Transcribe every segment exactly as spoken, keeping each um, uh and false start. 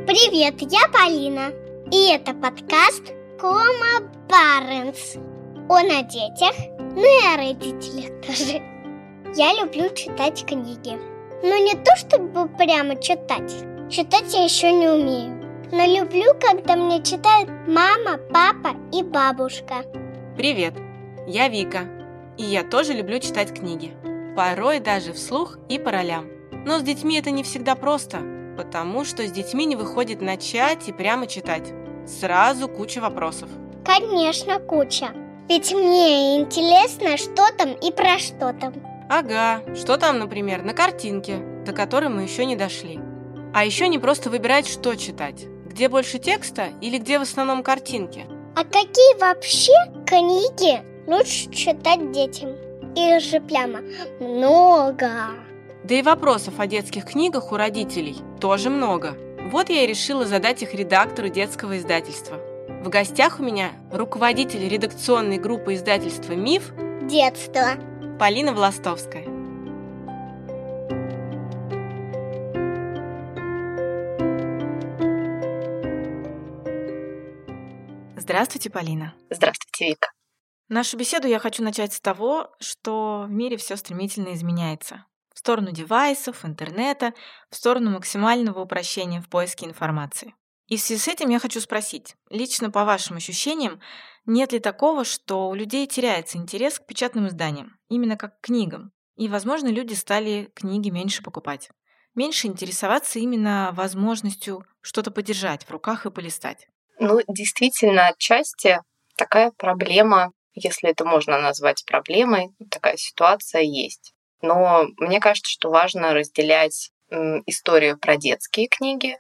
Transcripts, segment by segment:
Привет, я Полина. И это подкаст Кома Парентс. Он о детях, ну и о родителях тоже. Я люблю читать книги. Но не то, чтобы прямо читать. Читать я еще не умею. Но люблю, когда мне читают мама, папа и бабушка. Привет, я Вика. И я тоже люблю читать книги. Порой даже вслух и по ролям. Но с детьми это не всегда просто, потому что с детьми не выходит начать и прямо читать. Сразу куча вопросов. Конечно, куча. Ведь мне интересно, что там и про что там. Ага, что там, например, на картинке, до которой мы еще не дошли. А еще не просто выбирать, что читать. Где больше текста или где в основном картинки? А какие вообще книги лучше читать детям? Их же прямо много. Да и вопросов о детских книгах у родителей тоже много. Вот я и решила задать их редактору детского издательства. В гостях у меня руководитель редакционной группы издательства «Миф» Детство. Полина Властовская. Здравствуйте, Полина. Здравствуйте, Вика. Нашу беседу я хочу начать с того, что в мире все стремительно изменяется. В сторону девайсов, интернета, в сторону максимального упрощения в поиске информации. И в связи с этим я хочу спросить, лично по вашим ощущениям, нет ли такого, что у людей теряется интерес к печатным изданиям, именно как к книгам? И, возможно, люди стали книги меньше покупать. Меньше интересоваться именно возможностью что-то подержать в руках и полистать. Ну, действительно, отчасти такая проблема, если это можно назвать проблемой, такая ситуация есть. Но мне кажется, что важно разделять историю про детские книги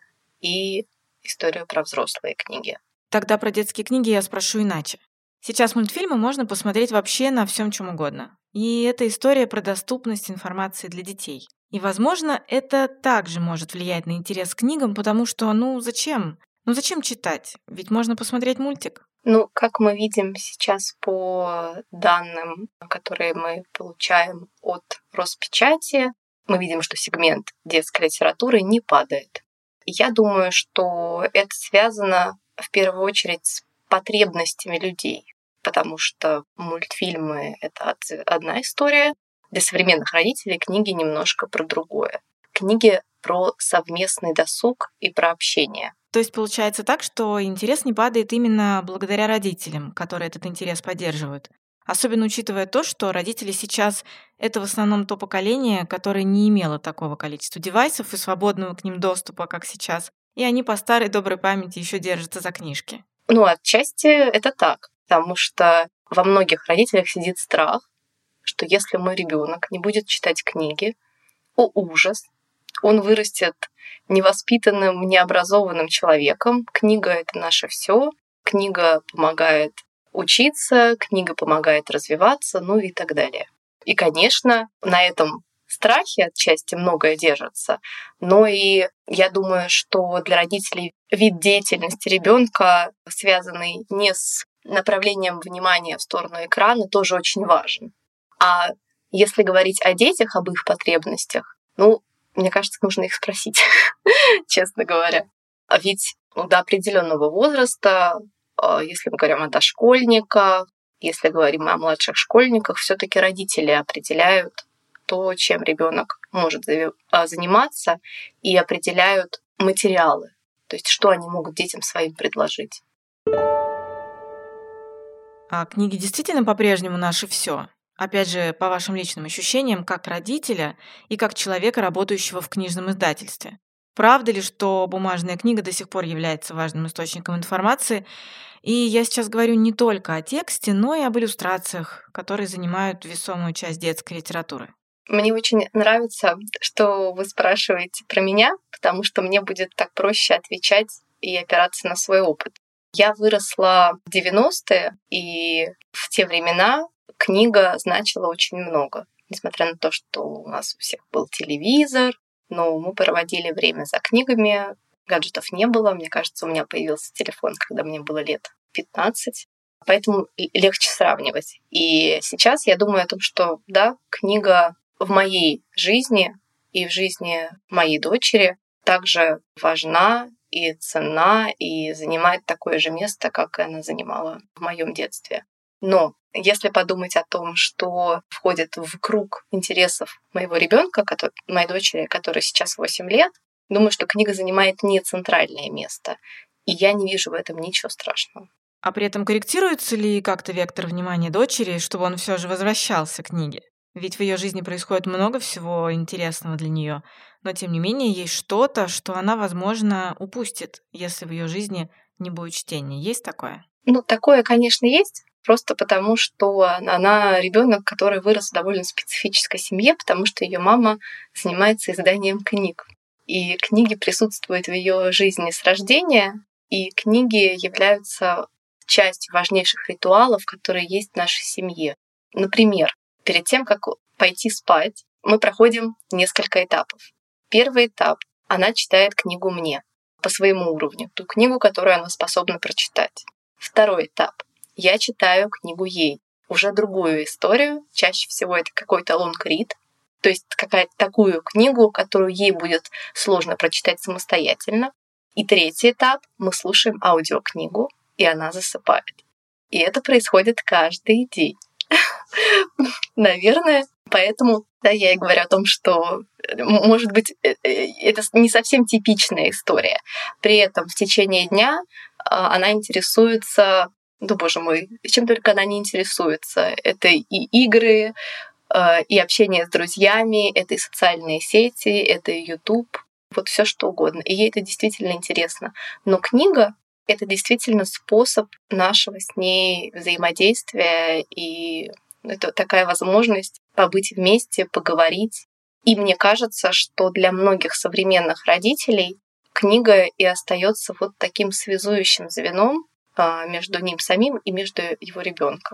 и историю про взрослые книги. Тогда про детские книги я спрошу иначе. Сейчас мультфильмы можно посмотреть вообще на всем чем угодно. И это история про доступность информации для детей. И, возможно, это также может влиять на интерес к книгам, потому что, ну, зачем? Ну, зачем читать? Ведь можно посмотреть мультик. Ну, как мы видим сейчас по данным, которые мы получаем от Роспечати, мы видим, что сегмент детской литературы не падает. Я думаю, что это связано в первую очередь с потребностями людей, потому что мультфильмы — это одна история. Для современных родителей книги немножко про другое. Книги про совместный досуг и про общение. То есть получается так, что интерес не падает именно благодаря родителям, которые этот интерес поддерживают. Особенно учитывая то, что родители сейчас — это в основном то поколение, которое не имело такого количества девайсов и свободного к ним доступа, как сейчас, и они по старой доброй памяти еще держатся за книжки. Ну, отчасти это так, потому что во многих родителях сидит страх, что если мой ребенок не будет читать книги, о ужас, он вырастет невоспитанным, необразованным человеком. Книга — это наше все. Книга помогает учиться, книга помогает развиваться, ну и так далее. И, конечно, на этом страхе отчасти многое держится, но и я думаю, что для родителей вид деятельности ребенка, связанный не с направлением внимания в сторону экрана, тоже очень важен. А если говорить о детях, об их потребностях, ну, мне кажется, нужно их спросить, честно говоря. А ведь ну, до определенного возраста, если мы говорим о дошкольниках, если говорим о младших школьниках, все-таки родители определяют то, чем ребенок может заниматься, и определяют материалы, то есть что они могут детям своим предложить. А книги действительно по-прежнему наше все? Опять же, по вашим личным ощущениям, как родителя и как человека, работающего в книжном издательстве. Правда ли, что бумажная книга до сих пор является важным источником информации? И я сейчас говорю не только о тексте, но и об иллюстрациях, которые занимают весомую часть детской литературы. Мне очень нравится, что вы спрашиваете про меня, потому что мне будет так проще отвечать и опираться на свой опыт. Я выросла в девяностые, и в те времена книга значила очень много. Несмотря на то, что у нас у всех был телевизор, но мы проводили время за книгами, гаджетов не было. Мне кажется, у меня появился телефон, когда мне было лет пятнадцать. Поэтому легче сравнивать. И сейчас я думаю о том, что да, книга в моей жизни и в жизни моей дочери также важна и ценна, и занимает такое же место, как и она занимала в моем детстве. Но если подумать о том, что входит в круг интересов моего ребенка, моей дочери, которой сейчас восемь лет, думаю, что книга занимает не центральное место. И я не вижу в этом ничего страшного. А при этом корректируется ли как-то вектор внимания дочери, чтобы он все же возвращался к книге? Ведь в ее жизни происходит много всего интересного для нее, но тем не менее есть что-то, что она, возможно, упустит, если в ее жизни не будет чтения. Есть такое? Ну, такое, конечно, есть. Просто потому, что она ребенок, который вырос в довольно специфической семье, потому что ее мама занимается изданием книг. И книги присутствуют в ее жизни с рождения, и книги являются частью важнейших ритуалов, которые есть в нашей семье. Например, перед тем, как пойти спать, мы проходим несколько этапов. Первый этап — она читает книгу мне по своему уровню, ту книгу, которую она способна прочитать. Второй этап — я читаю книгу ей, уже другую историю, чаще всего это какой-то лонг-рид, то есть какая-то такую книгу, которую ей будет сложно прочитать самостоятельно. И третий этап — мы слушаем аудиокнигу, и она засыпает. И это происходит каждый день. Наверное, поэтому да, я и говорю о том, что, может быть, это не совсем типичная история. При этом в течение дня она интересуется, да боже мой, чем только она не интересуется. Это и игры, и общение с друзьями, это и социальные сети, это и YouTube, вот все что угодно. И ей это действительно интересно. Но книга — это действительно способ нашего с ней взаимодействия, и это такая возможность побыть вместе, поговорить. И мне кажется, что для многих современных родителей книга и остается вот таким связующим звеном между ним самим и между его ребенком.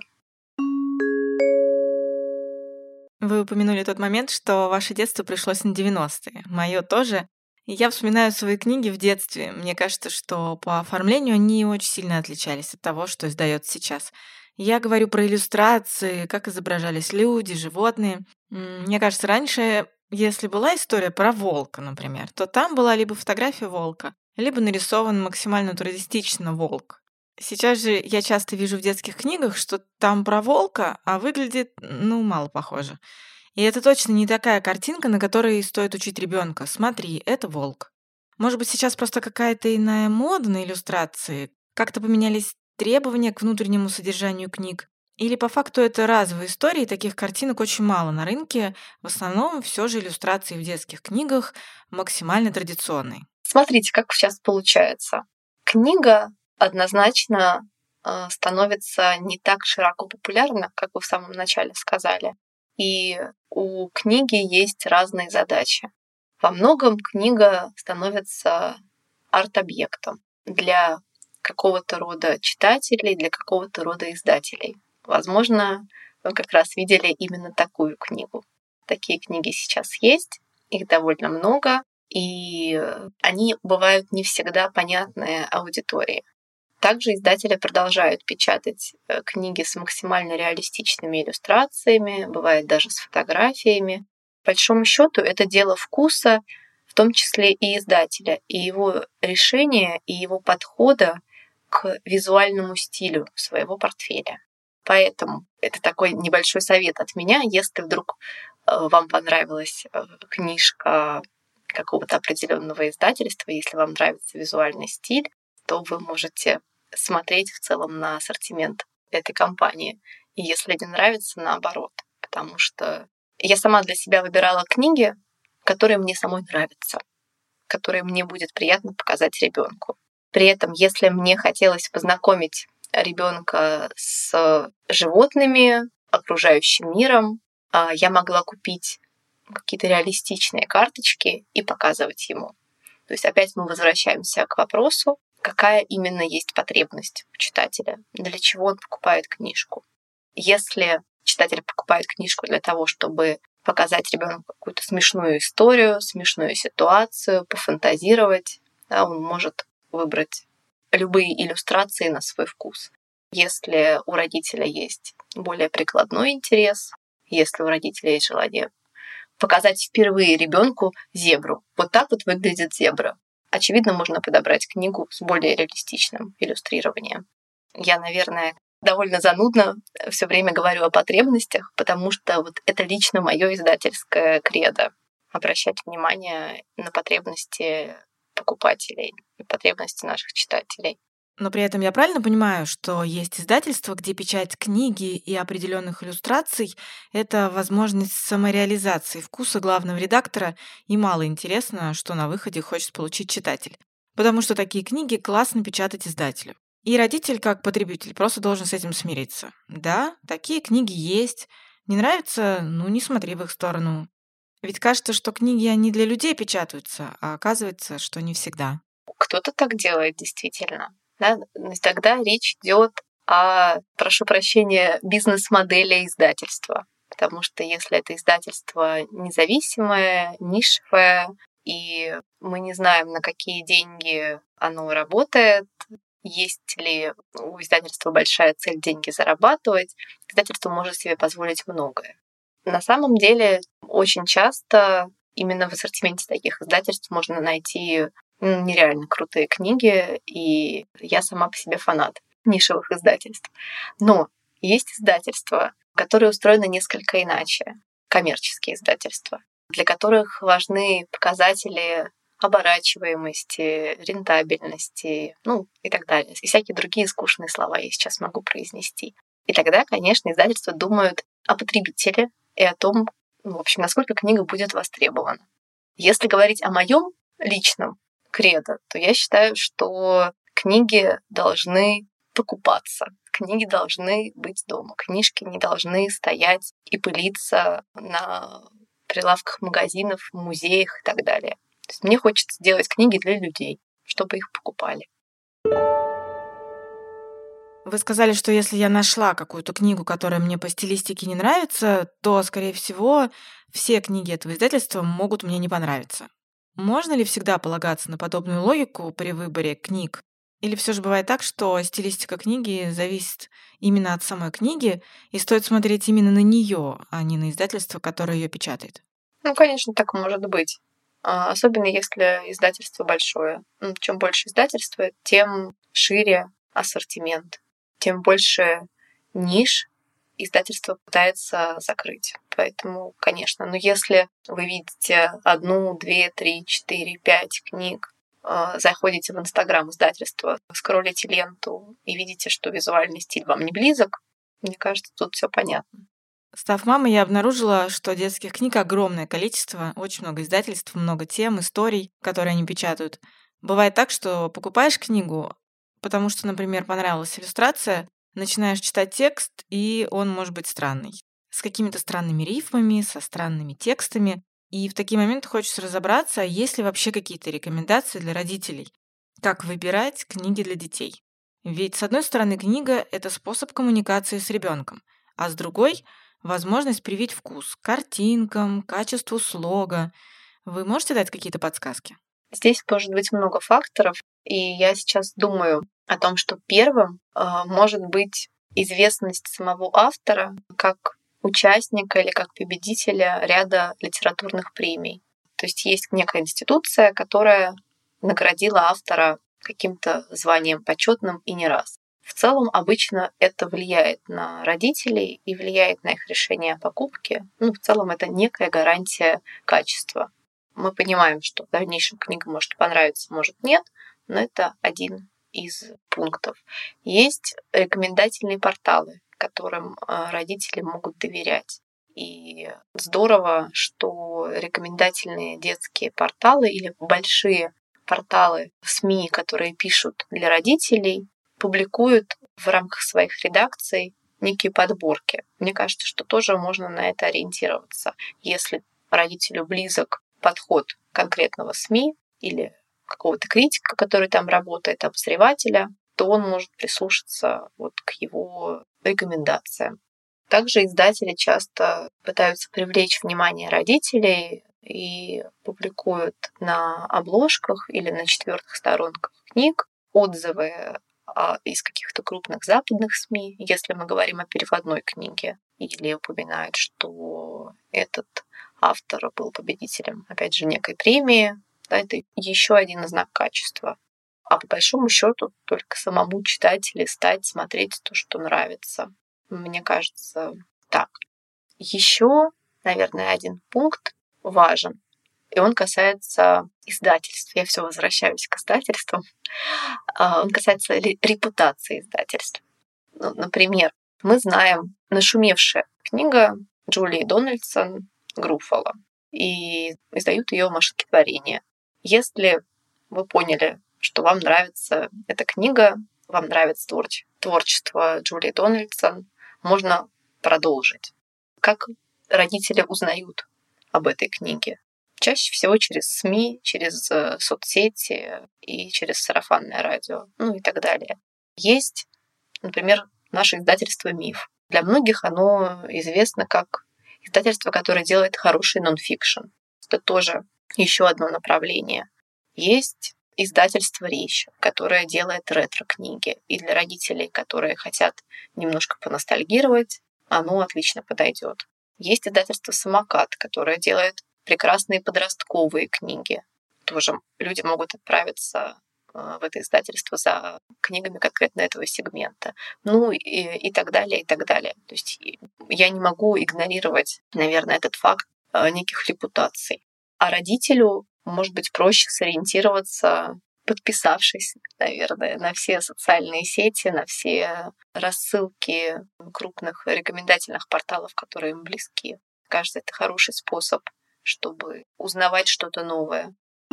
Вы упомянули тот момент, что ваше детство пришлось на девяностые. Моё тоже. И я вспоминаю свои книги в детстве. Мне кажется, что по оформлению они очень сильно отличались от того, что издаётся сейчас. Я говорю про иллюстрации, как изображались люди, животные. Мне кажется, раньше, если была история про волка, например, то там была либо фотография волка, либо нарисован максимально натуралистично волк. Сейчас же я часто вижу в детских книгах, что там про волка, а выглядит, ну, мало похоже. И это точно не такая картинка, на которой стоит учить ребенка. Смотри, это волк. Может быть, сейчас просто какая-то иная мода на иллюстрации? Как-то поменялись требования к внутреннему содержанию книг? Или по факту это разовые истории, таких картинок очень мало на рынке? В основном все же иллюстрации в детских книгах максимально традиционные. Смотрите, как сейчас получается. Книга однозначно э, становится не так широко популярна, как вы в самом начале сказали. И у книги есть разные задачи. Во многом книга становится арт-объектом для какого-то рода читателей, для какого-то рода издателей. Возможно, вы как раз видели именно такую книгу. Такие книги сейчас есть, их довольно много, и они бывают не всегда понятны аудитории. Также издатели продолжают печатать книги с максимально реалистичными иллюстрациями, бывает даже с фотографиями. По большому счету это дело вкуса, в том числе и издателя, и его решения, и его подхода к визуальному стилю своего портфеля. Поэтому это такой небольшой совет от меня. Если вдруг вам понравилась книжка какого-то определенного издательства, если вам нравится визуальный стиль, то вы можете смотреть в целом на ассортимент этой компании. И если не нравится, наоборот. Потому что я сама для себя выбирала книги, которые мне самой нравятся, которые мне будет приятно показать ребенку. При этом, если мне хотелось познакомить ребенка с животными, окружающим миром, я могла купить какие-то реалистичные карточки и показывать ему. То есть опять мы возвращаемся к вопросу, какая именно есть потребность у читателя, для чего он покупает книжку. Если читатель покупает книжку для того, чтобы показать ребенку какую-то смешную историю, смешную ситуацию, пофантазировать, да, он может выбрать любые иллюстрации на свой вкус. Если у родителя есть более прикладной интерес, если у родителя есть желание показать впервые ребенку зебру. Вот так вот выглядит зебра. очевидно, можно подобрать книгу с более реалистичным иллюстрированием. Я, наверное, довольно занудно все время говорю о потребностях, потому что вот это лично мое издательское кредо — обращать внимание на потребности покупателей, на потребности наших читателей. Но при этом я правильно понимаю, что есть издательства, где печать книги и определенных иллюстраций — это возможность самореализации вкуса главного редактора, и мало интересно, что на выходе хочет получить читатель. Потому что такие книги классно печатать издателю. И родитель, как потребитель, просто должен с этим смириться. Да, такие книги есть. Не нравится? Ну, не смотри в их сторону. Ведь кажется, что книги, они для людей печатаются, а оказывается, что не всегда. Кто-то так делает, действительно. Да? Тогда речь идет о, прошу прощения, бизнес-модели издательства. Потому что если это издательство независимое, нишевое, и мы не знаем, на какие деньги оно работает, есть ли у издательства большая цель деньги зарабатывать, издательство может себе позволить многое. На самом деле, очень часто именно в ассортименте таких издательств можно найти нереально крутые книги, и я сама по себе фанат нишевых издательств. Но есть издательства, которые устроены несколько иначе, коммерческие издательства, для которых важны показатели оборачиваемости, рентабельности, ну и так далее. И всякие другие скучные слова я сейчас могу произнести. И тогда, конечно, издательства думают о потребителе и о том, в общем, насколько книга будет востребована. Если говорить о моем личном кредо, то я считаю, что книги должны покупаться, книги должны быть дома, книжки не должны стоять и пылиться на прилавках магазинов, музеях и так далее. То есть мне хочется делать книги для людей, чтобы их покупали. Вы сказали, что если я нашла какую-то книгу, которая мне по стилистике не нравится, то, скорее всего, все книги этого издательства могут мне не понравиться. Можно ли всегда полагаться на подобную логику при выборе книг? Или все же бывает так, что стилистика книги зависит именно от самой книги, и стоит смотреть именно на нее, а не на издательство, которое ее печатает? Ну, конечно, так может быть. Особенно если издательство большое. Чем больше издательства, тем шире ассортимент, тем больше ниш издательство пытается закрыть. Поэтому, конечно, но если вы видите одну, две, три, четыре, пять книг, заходите в Инстаграм издательства, скроллите ленту и видите, что визуальный стиль вам не близок, мне кажется, тут все понятно. Став мамой, я обнаружила, что детских книг огромное количество, очень много издательств, много тем, историй, которые они печатают. Бывает так, что покупаешь книгу, потому что, например, понравилась иллюстрация, начинаешь читать текст, и он может быть странный. С какими-то странными рифмами, со странными текстами. И в такие моменты хочется разобраться, есть ли вообще какие-то рекомендации для родителей, как выбирать книги для детей. Ведь, с одной стороны, книга — это способ коммуникации с ребенком, а с другой — возможность привить вкус к картинкам, качеству слога. Вы можете дать какие-то подсказки? Здесь может быть много факторов, и я сейчас думаю о том, что первым э, может быть известность самого автора как участника или как победителя ряда литературных премий. То есть есть некая институция, которая наградила автора каким-то званием почетным и не раз. В целом, обычно это влияет на родителей и влияет на их решение о покупке. Ну, в целом, это некая гарантия качества. Мы понимаем, что в дальнейшем книга может понравиться, может нет, но это один из пунктов. Есть рекомендательные порталы, которым родители могут доверять. И здорово, что рекомендательные детские порталы или большие порталы СМИ, которые пишут для родителей, публикуют в рамках своих редакций некие подборки. Мне кажется, что тоже можно на это ориентироваться. Если родителю близок подход конкретного СМИ или какого-то критика, который там работает, обозревателя, то он может прислушаться вот к его рекомендациям. Также издатели часто пытаются привлечь внимание родителей и публикуют на обложках или на четвертых сторонках книг отзывы из каких-то крупных западных СМИ, если мы говорим о переводной книге, или упоминают, что этот автор был победителем, опять же, некой премии, Да, это еще один знак качества. А по большому счету только самому читать, листать, смотреть то, что нравится. Мне кажется, так. Еще, наверное, один пункт важен, и он касается издательств. Я все возвращаюсь к издательствам. Он касается репутации издательств. Ну, например, мы знаем нашумевшая книга Джулии Дональдсон «Груффало», и издают ее «Машинки творения». Если вы поняли, что вам нравится эта книга, вам нравится творчество Джулии Дональдсон, можно продолжить. Как родители узнают об этой книге? Чаще всего через СМИ, через соцсети и через сарафанное радио, ну и так далее. Есть, например, наше издательство «Миф». Для многих оно известно как издательство, которое делает хороший нон-фикшн. Это тоже еще одно направление. Есть издательство «Речь», которое делает ретро-книги. И для родителей, которые хотят немножко поностальгировать, оно отлично подойдет. Есть издательство «Самокат», которое делает прекрасные подростковые книги. Тоже люди могут отправиться в это издательство за книгами конкретно этого сегмента. Ну и, и так далее, и так далее. То есть я не могу игнорировать, наверное, этот факт неких репутаций. А родителю, может быть, проще сориентироваться, подписавшись, наверное, на все социальные сети, на все рассылки крупных рекомендательных порталов, которые им близки. Кажется, это хороший способ, чтобы узнавать что-то новое.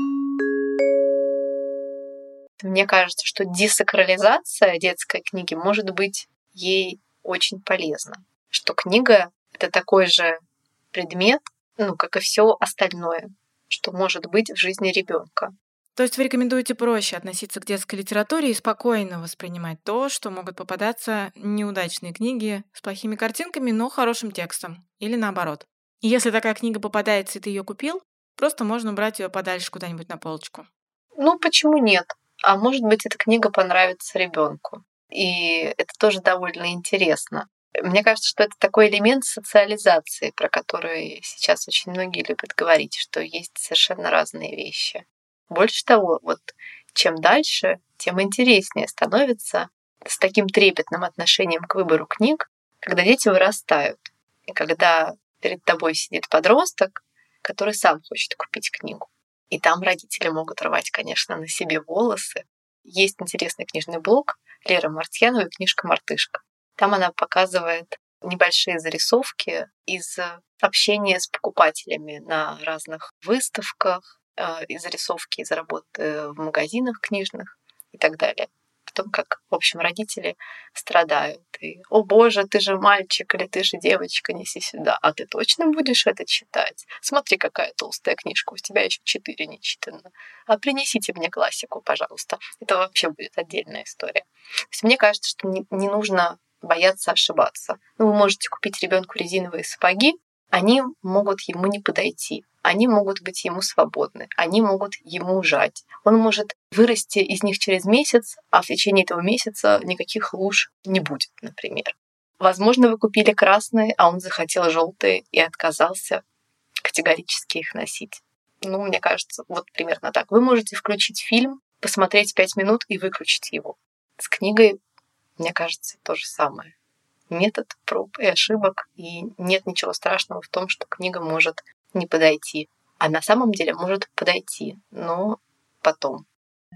Мне кажется, что десакрализация детской книги может быть ей очень полезна. Что книга — это такой же предмет, ну, как и все остальное, что может быть в жизни ребенка. То есть вы рекомендуете проще относиться к детской литературе и спокойно воспринимать то, что могут попадаться неудачные книги с плохими картинками, но хорошим текстом, или наоборот. И если такая книга попадается, и ты ее купил, просто можно убрать ее подальше куда-нибудь на полочку. Ну, почему нет? А может быть, эта книга понравится ребенку. И это тоже довольно интересно. Мне кажется, что это такой элемент социализации, про который сейчас очень многие любят говорить, что есть совершенно разные вещи. Больше того, вот чем дальше, тем интереснее становится с таким трепетным отношением к выбору книг, когда дети вырастают, и когда перед тобой сидит подросток, который сам хочет купить книгу. И там родители могут рвать, конечно, на себе волосы. Есть интересный книжный блог Леры Мартьяновой «Книжка-мартышка». Там она показывает небольшие зарисовки из общения с покупателями на разных выставках, из зарисовки из работы в магазинах книжных и так далее. О том, как, в общем, родители страдают. И, о боже, ты же мальчик или ты же девочка, неси сюда. А ты точно будешь это читать? Смотри, какая толстая книжка, у тебя еще четыре не читано. А принесите мне классику, пожалуйста. Это вообще будет отдельная история. То есть мне кажется, что не, не нужно бояться ошибаться. Ну, вы можете купить ребенку резиновые сапоги, они могут ему не подойти. Они могут быть ему свободны, они могут ему жать. Он может вырасти из них через месяц, а в течение этого месяца никаких луж не будет, например. Возможно, вы купили красные, а он захотел желтые и отказался категорически их носить. Ну, мне кажется, вот примерно так. Вы можете включить фильм, посмотреть пять минут и выключить его. С книгой, мне кажется, то же самое. Метод проб и ошибок, и нет ничего страшного в том, что книга может не подойти. А на самом деле может подойти, но потом.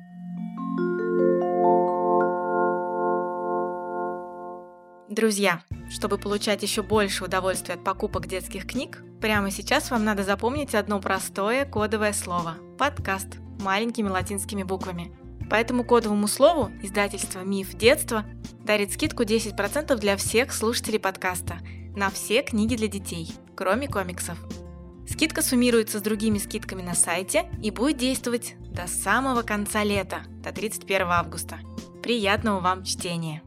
Друзья, чтобы получать еще больше удовольствия от покупок детских книг, прямо сейчас вам надо запомнить одно простое кодовое слово – подкаст маленькими латинскими буквами. По этому кодовому слову издательство «Миф. Детство» дарит скидку десять процентов для всех слушателей подкаста на все книги для детей, кроме комиксов. Скидка суммируется с другими скидками на сайте и будет действовать до самого конца лета, до тридцать первого августа. Приятного вам чтения!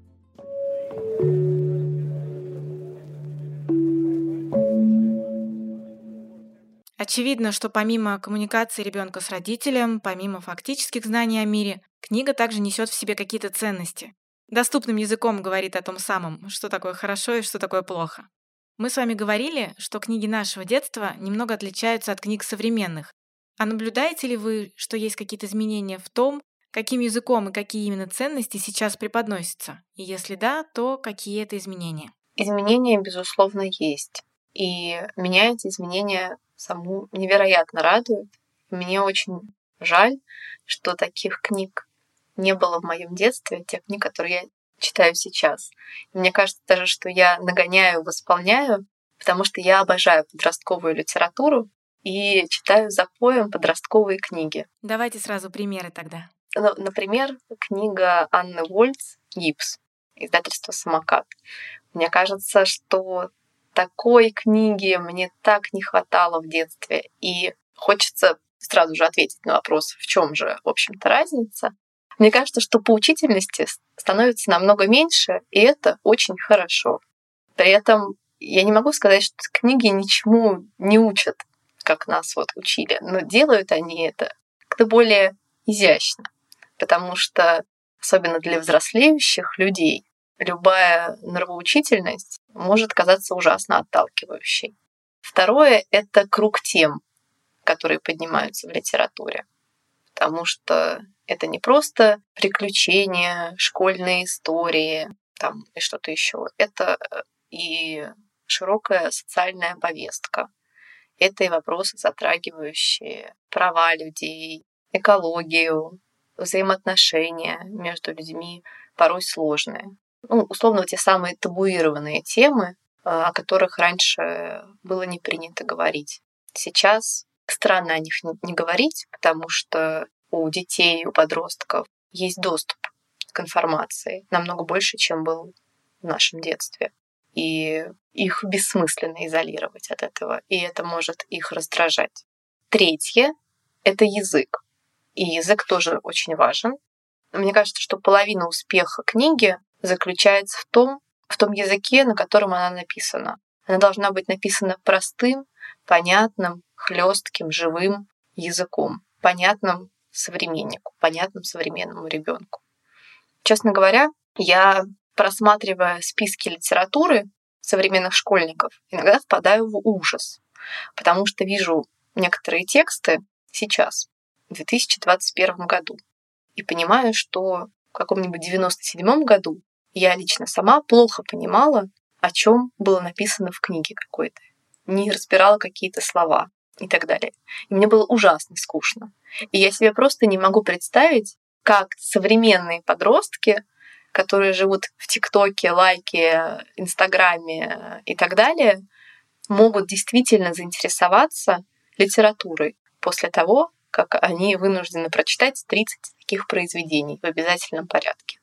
Очевидно, что помимо коммуникации ребенка с родителем, помимо фактических знаний о мире, книга также несет в себе какие-то ценности. Доступным языком говорит о том самом, что такое хорошо и что такое плохо. Мы с вами говорили, что книги нашего детства немного отличаются от книг современных, А наблюдаете ли вы, что есть какие-то изменения в том, каким языком и какие именно ценности сейчас преподносятся? И если да, то какие это изменения? Изменения, безусловно, есть. И меня эти изменения саму невероятно радуют. Мне очень жаль, что таких книг не было в моем детстве, тех книг, которые я читаю сейчас. И мне кажется даже, что я нагоняю, восполняю, потому что я обожаю подростковую литературу и читаю запоем подростковые книги. Давайте сразу примеры тогда. Ну, например, книга Анны Вольц «Гипс», издательство «Самокат». Мне кажется, что такой книги мне так не хватало в детстве. И хочется сразу же ответить на вопрос, в чем же, в общем-то, разница. Мне кажется, что поучительности становится намного меньше, и это очень хорошо. При этом я не могу сказать, что книги ничему не учат, как нас вот учили, но делают они это как-то более изящно, потому что, особенно для взрослеющих людей, любая нравоучительность может казаться ужасно отталкивающей. Второе — это круг тем, которые поднимаются в литературе, потому что это не просто приключения, школьные истории там, и что-то еще. Это и широкая социальная повестка. Это и вопросы, затрагивающие права людей, экологию, взаимоотношения между людьми, порой сложные. Ну, условно, те самые табуированные темы, о которых раньше было не принято говорить. Сейчас странно о них не говорить, потому что у детей, у подростков есть доступ к информации намного больше, чем был в нашем детстве. И их бессмысленно изолировать от этого, и это может их раздражать. Третье — это язык. И язык тоже очень важен. Мне кажется, что половина успеха книги заключается в том, в том языке, на котором она написана. Она должна быть написана простым, понятным, хлестким, живым языком, понятным современнику, понятным современному ребенку. Честно говоря, я, просматривая списки литературы современных школьников, иногда впадаю в ужас, потому что вижу некоторые тексты сейчас, в две тысячи двадцать первом году, и понимаю, что в каком-нибудь девяносто седьмом году я лично сама плохо понимала, о чем было написано в книге какой-то, не разбирала какие-то слова и так далее. И мне было ужасно скучно. И я себе просто не могу представить, как современные подростки, которые живут в ТикТоке, Лайке, Инстаграме и так далее, могут действительно заинтересоваться литературой после того, как они вынуждены прочитать тридцать таких произведений в обязательном порядке.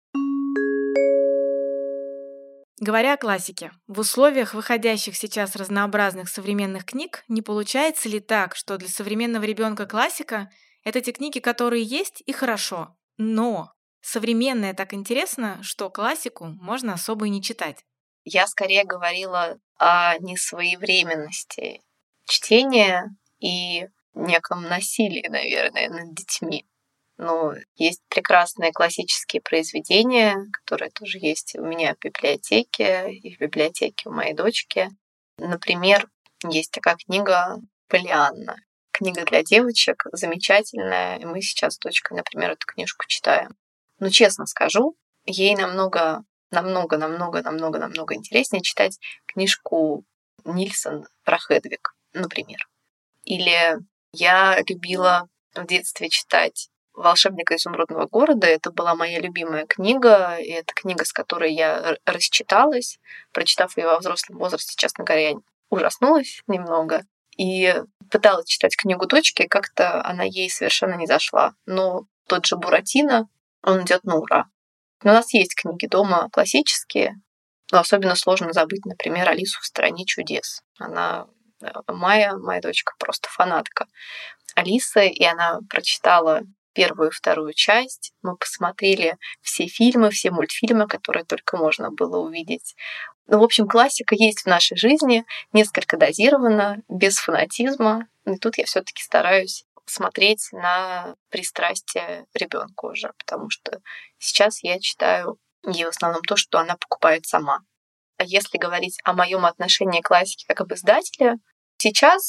Говоря о классике, в условиях выходящих сейчас разнообразных современных книг, не получается ли так, что для современного ребенка классика — это те книги, которые есть, и хорошо, но современное так интересно, что классику можно особо и не читать? Я скорее говорила о несвоевременности чтения и неком насилии, наверное, над детьми. Но есть прекрасные классические произведения, которые тоже есть у меня в библиотеке и в библиотеке у моей дочки. Например, есть такая книга «Поллианна». Книга для девочек замечательная, и мы сейчас с дочкой, например, эту книжку читаем. Но честно скажу, ей намного, намного, намного, намного, намного интереснее читать книжку Нильсон про Хедвиг, например. Или я любила в детстве читать «Волшебника изумрудного города». Это была моя любимая книга, и это книга, с которой я расчиталась. Прочитав ее во взрослом возрасте, честно говоря, я ужаснулась немного. И пыталась читать книгу дочки, и как-то она ей совершенно не зашла. Но тот же Буратино, он идет на ура. Но у нас есть книги дома классические, но особенно сложно забыть, например, «Алису в стране чудес». Она, Майя, моя дочка, просто фанатка Алисы, и она прочитала первую и вторую часть. Мы посмотрели все фильмы, все мультфильмы, которые только можно было увидеть. Ну, в общем, классика есть в нашей жизни, несколько дозирована, без фанатизма. И тут я все-таки стараюсь смотреть на пристрастие ребенка уже, потому что сейчас я читаю ей в основном то, что она покупает сама. А если говорить о моем отношении к классике как об издателе, сейчас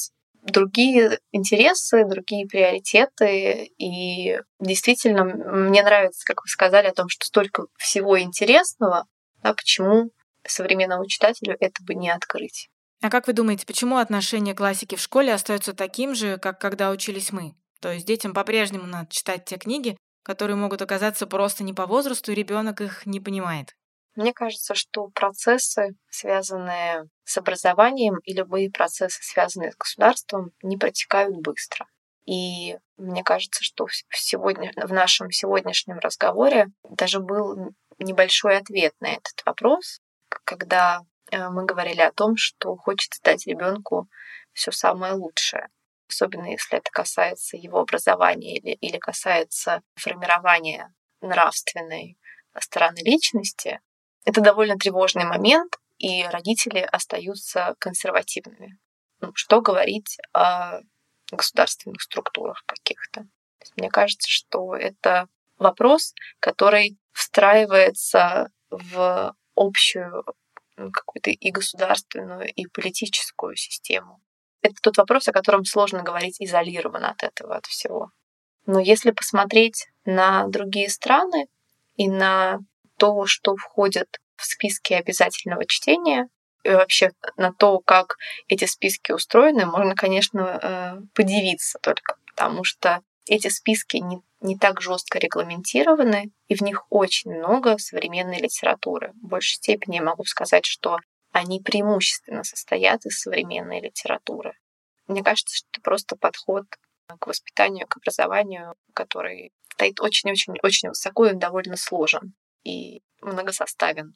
другие интересы, другие приоритеты. И действительно, мне нравится, как вы сказали, о том, что столько всего интересного, а почему современному читателю это бы не открыть. А как вы думаете, почему отношение к классике в школе остается таким же, как когда учились мы? То есть детям по-прежнему надо читать те книги, которые могут оказаться просто не по возрасту, и ребенок их не понимает? Мне кажется, что процессы, связанные с образованием, и любые процессы, связанные с государством, не протекают быстро. И мне кажется, что в, сегодня, в нашем сегодняшнем разговоре даже был небольшой ответ на этот вопрос, когда мы говорили о том, что хочется дать ребенку все самое лучшее, особенно если это касается его образования или, или касается формирования нравственной стороны личности. Это довольно тревожный момент, и родители остаются консервативными. Ну, что говорить о государственных структурах каких-то? Мне кажется, что это вопрос, который встраивается в общую какую-то и государственную, и политическую систему. Это тот вопрос, о котором сложно говорить изолированно от этого, от всего. Но если посмотреть на другие страны и на то, что входит в списки обязательного чтения, и вообще на то, как эти списки устроены, можно, конечно, подивиться только, потому что эти списки не, не так жестко регламентированы, и в них очень много современной литературы. В большей степени я могу сказать, что они преимущественно состоят из современной литературы. Мне кажется, что это просто подход к воспитанию, к образованию, который стоит очень-очень-очень высоко и довольно сложен и многосоставен.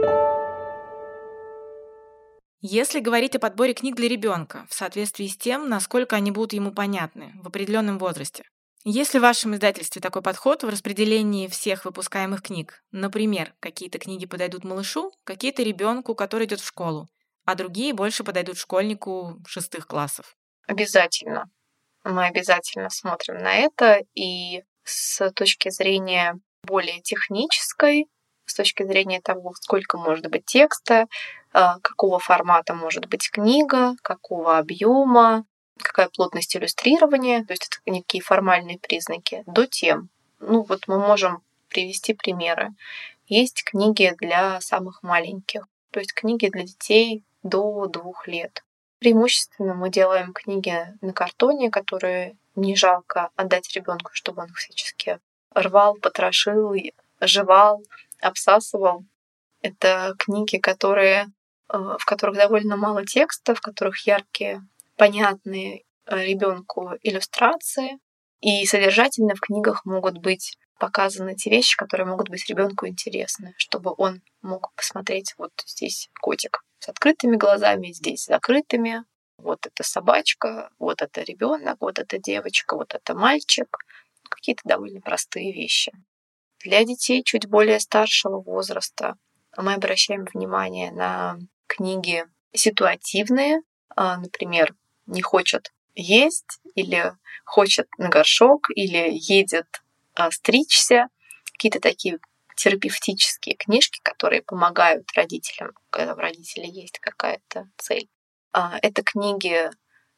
Если говорить о подборе книг для ребенка в соответствии с тем, насколько они будут ему понятны в определенном возрасте, есть ли в вашем издательстве такой подход в распределении всех выпускаемых книг? Например, какие-то книги подойдут малышу, какие-то ребенку, который идет в школу, а другие больше подойдут школьнику шестых классов? Обязательно. Мы обязательно смотрим на это, и с точки зрения более технической, с точки зрения того, сколько может быть текста, какого формата может быть книга, какого объема, какая плотность иллюстрирования, то есть это некие формальные признаки, до тем. Ну вот мы можем привести примеры. Есть книги для самых маленьких, то есть книги для детей до двух лет. Преимущественно мы делаем книги на картоне, которые не жалко отдать ребенку, чтобы он всячески рвал, потрошил, жевал, обсасывал. Это книги, которые, в которых довольно мало текста, в которых яркие, понятные ребенку иллюстрации. И содержательно в книгах могут быть показаны те вещи, которые могут быть ребенку интересны, чтобы он мог посмотреть: вот здесь котик с открытыми глазами, здесь с закрытыми, вот это собачка, вот это ребенок, вот это девочка, вот это мальчик. Какие-то довольно простые вещи. Для детей чуть более старшего возраста мы обращаем внимание на книги ситуативные, например, «Не хочет есть» или «Хочет на горшок» или «Едет стричься». Какие-то такие терапевтические книжки, которые помогают родителям, когда у родителей есть какая-то цель. Это книги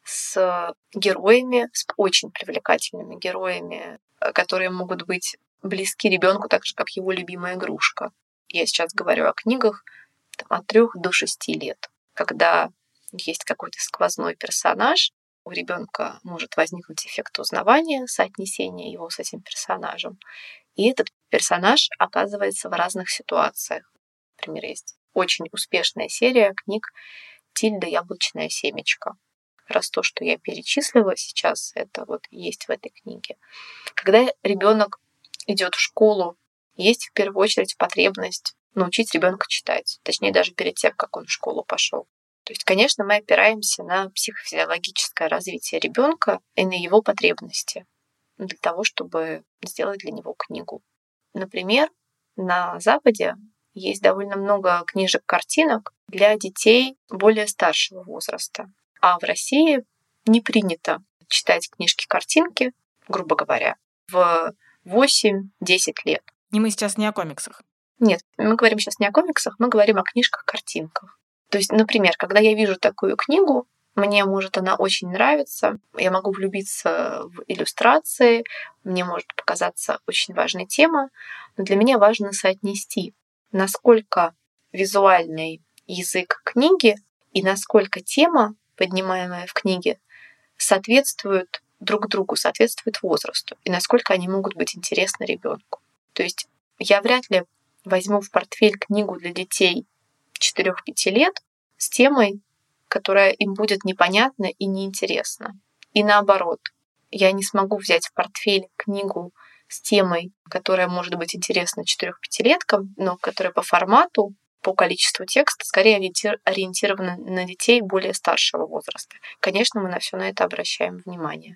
с героями, с очень привлекательными героями, которые могут быть близки ребенку так же, как его любимая игрушка. Я сейчас говорю о книгах там, от трех до шести лет, когда есть какой-то сквозной персонаж, у ребенка может возникнуть эффект узнавания, соотнесения его с этим персонажем, и этот персонаж оказывается в разных ситуациях. Например, есть очень успешная серия книг «Тильда. Яблочное семечко». Как раз то, что я перечислила сейчас, это вот есть в этой книге. Когда ребенок идет в школу, есть в первую очередь потребность научить ребенка читать, точнее даже перед тем, как он в школу пошел. То есть, конечно, мы опираемся на психофизиологическое развитие ребенка и на его потребности для того, чтобы сделать для него книгу. Например, на Западе есть довольно много книжек-картинок для детей более старшего возраста. А в России не принято читать книжки-картинки, грубо говоря, в восемь-десять лет. И мы сейчас не о комиксах. Нет, мы говорим сейчас не о комиксах, мы говорим о книжках-картинках. То есть, например, когда я вижу такую книгу, Мне может она очень нравиться, я могу влюбиться в иллюстрации, мне может показаться очень важной тема, но для меня важно соотнести, насколько визуальный язык книги и насколько тема, поднимаемая в книге, соответствует друг другу, соответствует возрасту, и насколько они могут быть интересны ребенку. То есть я вряд ли возьму в портфель книгу для детей четырёх-пяти лет с темой, которая им будет непонятна и неинтересна. И наоборот, я не смогу взять в портфель книгу с темой, которая может быть интересна четырёх-пятилеткам, но которая по формату, по количеству текста скорее ориентирована на детей более старшего возраста. Конечно, мы на все на это обращаем внимание.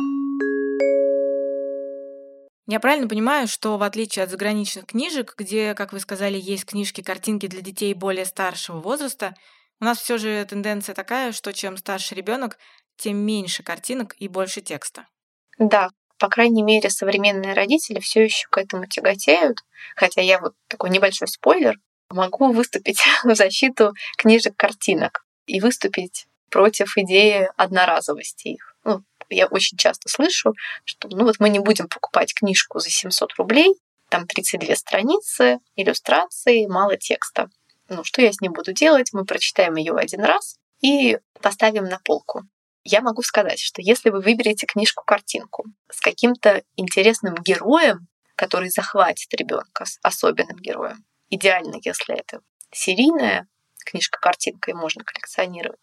Я правильно понимаю, что в отличие от заграничных книжек, где, как вы сказали, есть книжки-картинки для детей более старшего возраста, у нас все же тенденция такая, что чем старше ребенок, тем меньше картинок и больше текста. Да, по крайней мере, современные родители все еще к этому тяготеют, хотя я вот такой небольшой спойлер, могу выступить в защиту книжек-картинок и выступить против идеи одноразовости их. Ну, я очень часто слышу, что ну вот мы не будем покупать книжку за семьсот рублей, там тридцать две страницы, иллюстрации, мало текста. Ну, что я с ним буду делать? Мы прочитаем ее один раз и поставим на полку. Я могу сказать, что если вы выберете книжку-картинку с каким-то интересным героем, который захватит ребенка, с особенным героем, идеально, если это серийная книжка-картинка и можно коллекционировать,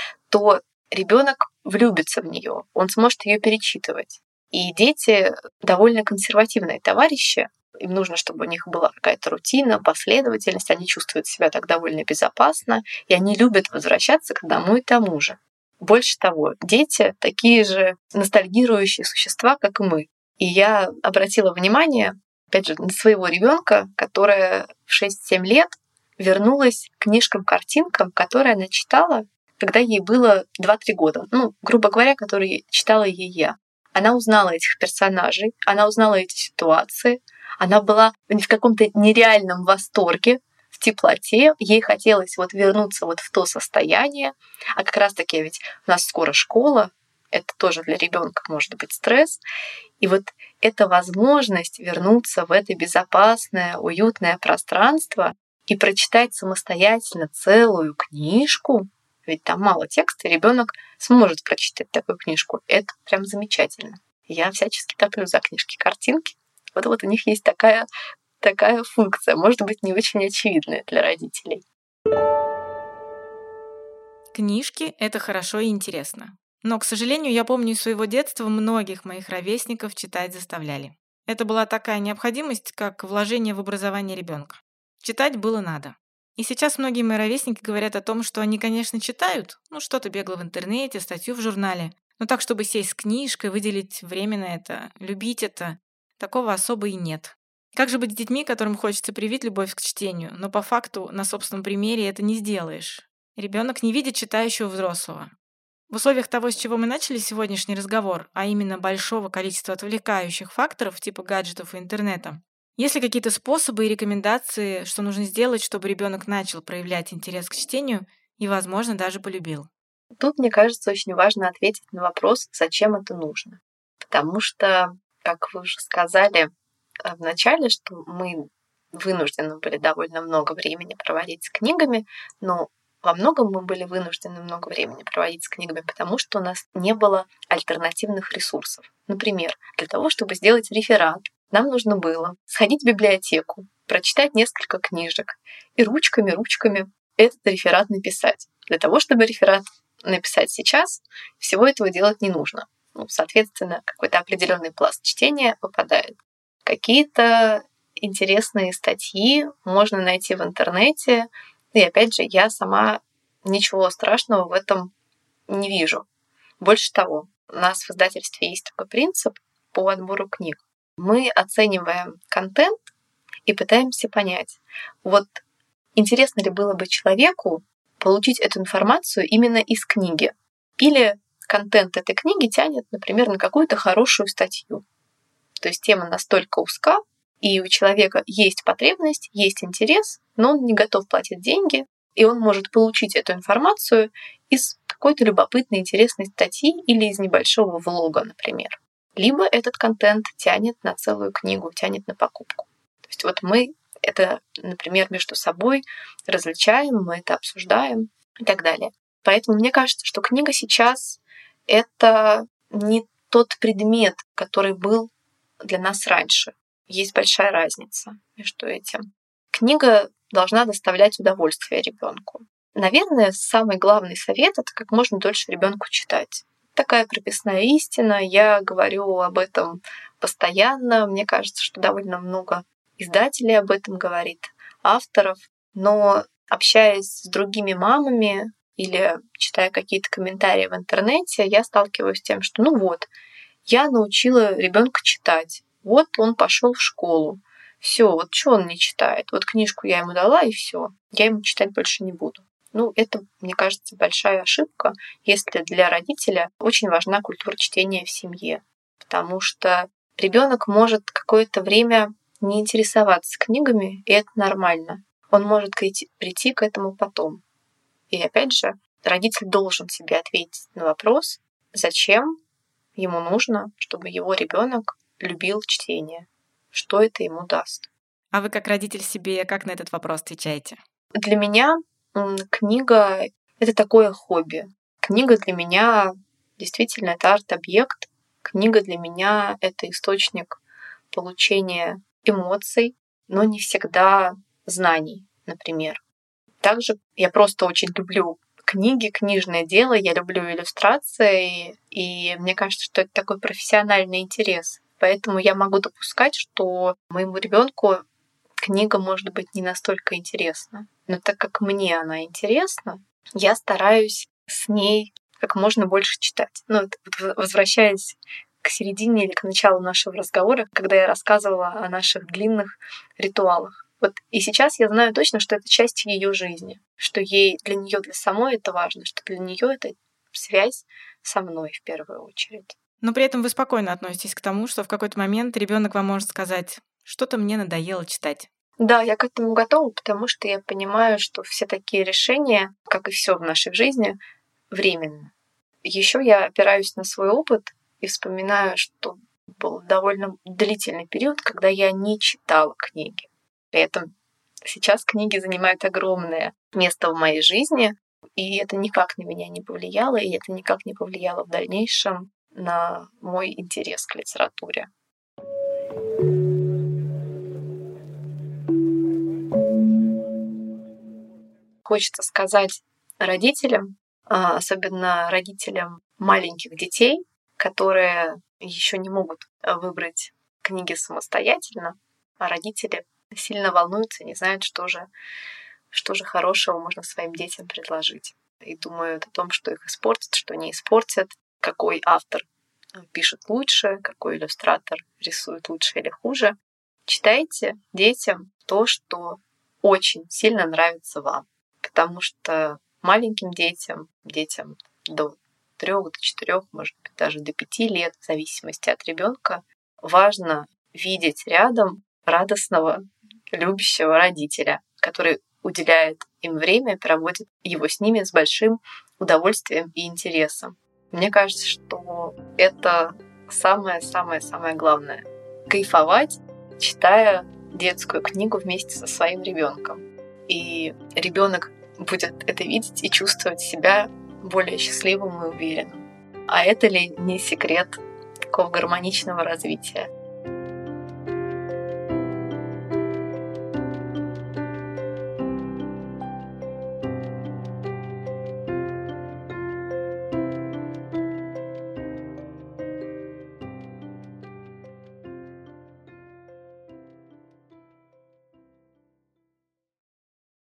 то ребенок влюбится в нее, он сможет ее перечитывать. И дети довольно консервативные товарищи, им нужно, чтобы у них была какая-то рутина, последовательность, они чувствуют себя так довольно безопасно, и они любят возвращаться к одному и тому же. Больше того, дети такие же ностальгирующие существа, как и мы. И я обратила внимание, опять же, на своего ребенка, которая в шесть-семь лет вернулась к книжкам-картинкам, которые она читала, когда ей было два-три года. Ну, грубо говоря, которые читала ей я. Она узнала этих персонажей, она узнала эти ситуации, она была в каком-то нереальном восторге, в теплоте, ей хотелось вот вернуться вот в то состояние. А как раз-таки ведь у нас скоро школа, это тоже для ребенка может быть стресс. И вот эта возможность вернуться в это безопасное, уютное пространство и прочитать самостоятельно целую книжку, ведь там мало текста, и ребенок сможет прочитать такую книжку. Это прям замечательно. Я всячески топлю за книжки-картинки. Вот, вот у них есть такая, такая функция, может быть, не очень очевидная для родителей. Книжки — это хорошо и интересно. Но, к сожалению, я помню из своего детства, многих моих ровесников читать заставляли. Это была такая необходимость, как вложение в образование ребенка. Читать было надо. И сейчас многие мои ровесники говорят о том, что они, конечно, читают, ну, что-то бегло в интернете, статью в журнале, но так, чтобы сесть с книжкой, выделить время на это, любить это, такого особо и нет. Как же быть с детьми, которым хочется привить любовь к чтению, но по факту на собственном примере это не сделаешь? Ребенок не видит читающего взрослого. В условиях того, с чего мы начали сегодняшний разговор, а именно большого количества отвлекающих факторов типа гаджетов и интернета, есть ли какие-то способы и рекомендации, что нужно сделать, чтобы ребенок начал проявлять интерес к чтению и, возможно, даже полюбил? Тут, мне кажется, очень важно ответить на вопрос, зачем это нужно. Потому что, как вы уже сказали в начале, что мы вынуждены были довольно много времени проводить с книгами, но во многом мы были вынуждены много времени проводить с книгами, потому что у нас не было альтернативных ресурсов. Например, для того, чтобы сделать реферат, нам нужно было сходить в библиотеку, прочитать несколько книжек и ручками-ручками этот реферат написать. Для того, чтобы реферат написать сейчас, всего этого делать не нужно. Ну, соответственно, какой-то определенный пласт чтения выпадает. Какие-то интересные статьи можно найти в интернете. И опять же, я сама ничего страшного в этом не вижу. Больше того, у нас в издательстве есть такой принцип по отбору книг. Мы оцениваем контент и пытаемся понять, вот интересно ли было бы человеку получить эту информацию именно из книги. Или контент этой книги тянет, например, на какую-то хорошую статью. То есть тема настолько узка, и у человека есть потребность, есть интерес, но он не готов платить деньги, и он может получить эту информацию из какой-то любопытной, интересной статьи или из небольшого влога, например. Либо этот контент тянет на целую книгу, тянет на покупку. То есть вот мы это, например, между собой различаем, мы это обсуждаем и так далее. Поэтому мне кажется, что книга сейчас — это не тот предмет, который был для нас раньше. Есть большая разница между этим. Книга должна доставлять удовольствие ребенку. Наверное, самый главный совет — это как можно дольше ребенку читать. Такая прописная истина. Я говорю об этом постоянно. Мне кажется, что довольно много издателей об этом говорит, авторов. Но общаясь с другими мамами или читая какие-то комментарии в интернете, я сталкиваюсь с тем, что ну вот, я научила ребенка читать. Вот он пошел в школу. Все, вот что он не читает? Вот книжку я ему дала, и все. Я ему читать больше не буду. Ну, это, мне кажется, большая ошибка, если для родителя очень важна культура чтения в семье. Потому что ребенок может какое-то время не интересоваться книгами, и это нормально. Он может прийти к этому потом. И опять же, родитель должен себе ответить на вопрос, зачем ему нужно, чтобы его ребенок любил чтение, что это ему даст. А вы как родитель себе как на этот вопрос отвечаете? Для меня книга — это такое хобби. Книга для меня действительно это арт-объект. Книга для меня — это источник получения эмоций, но не всегда знаний, например. Также я просто очень люблю книги, книжное дело, я люблю иллюстрации, и мне кажется, что это такой профессиональный интерес. Поэтому я могу допускать, что моему ребенку книга может быть не настолько интересна. Но так как мне она интересна, я стараюсь с ней как можно больше читать. Ну, это, возвращаясь к середине или к началу нашего разговора, когда я рассказывала о наших длинных ритуалах. Вот и сейчас я знаю точно, что это часть ее жизни, что ей для нее, для самой это важно, что для нее это связь со мной в первую очередь. Но при этом вы спокойно относитесь к тому, что в какой-то момент ребенок вам может сказать: что-то мне надоело читать. Да, я к этому готова, потому что я понимаю, что все такие решения, как и все в нашей жизни, временно. Еще я опираюсь на свой опыт и вспоминаю, что был довольно длительный период, когда я не читала книги. При этом сейчас книги занимают огромное место в моей жизни, и это никак на меня не повлияло, и это никак не повлияло в дальнейшем на мой интерес к литературе. Хочется сказать родителям, особенно родителям маленьких детей, которые еще не могут выбрать книги самостоятельно, а родители сильно волнуются и не знают, что же, что же хорошего можно своим детям предложить. И думают о том, что их испортят, что не испортят, какой автор пишет лучше, какой иллюстратор рисует лучше или хуже. Читайте детям то, что очень сильно нравится вам. Потому что маленьким детям, детям до трех, до четырех, может быть, даже до пяти лет, в зависимости от ребенка, важно видеть рядом радостного, любящего родителя, который уделяет им время, проводит его с ними с большим удовольствием и интересом. Мне кажется, что это самое-самое-самое главное. Кайфовать, читая детскую книгу вместе со своим ребенком. И ребенок будет это видеть и чувствовать себя более счастливым и уверенным. А это ли не секрет такого гармоничного развития?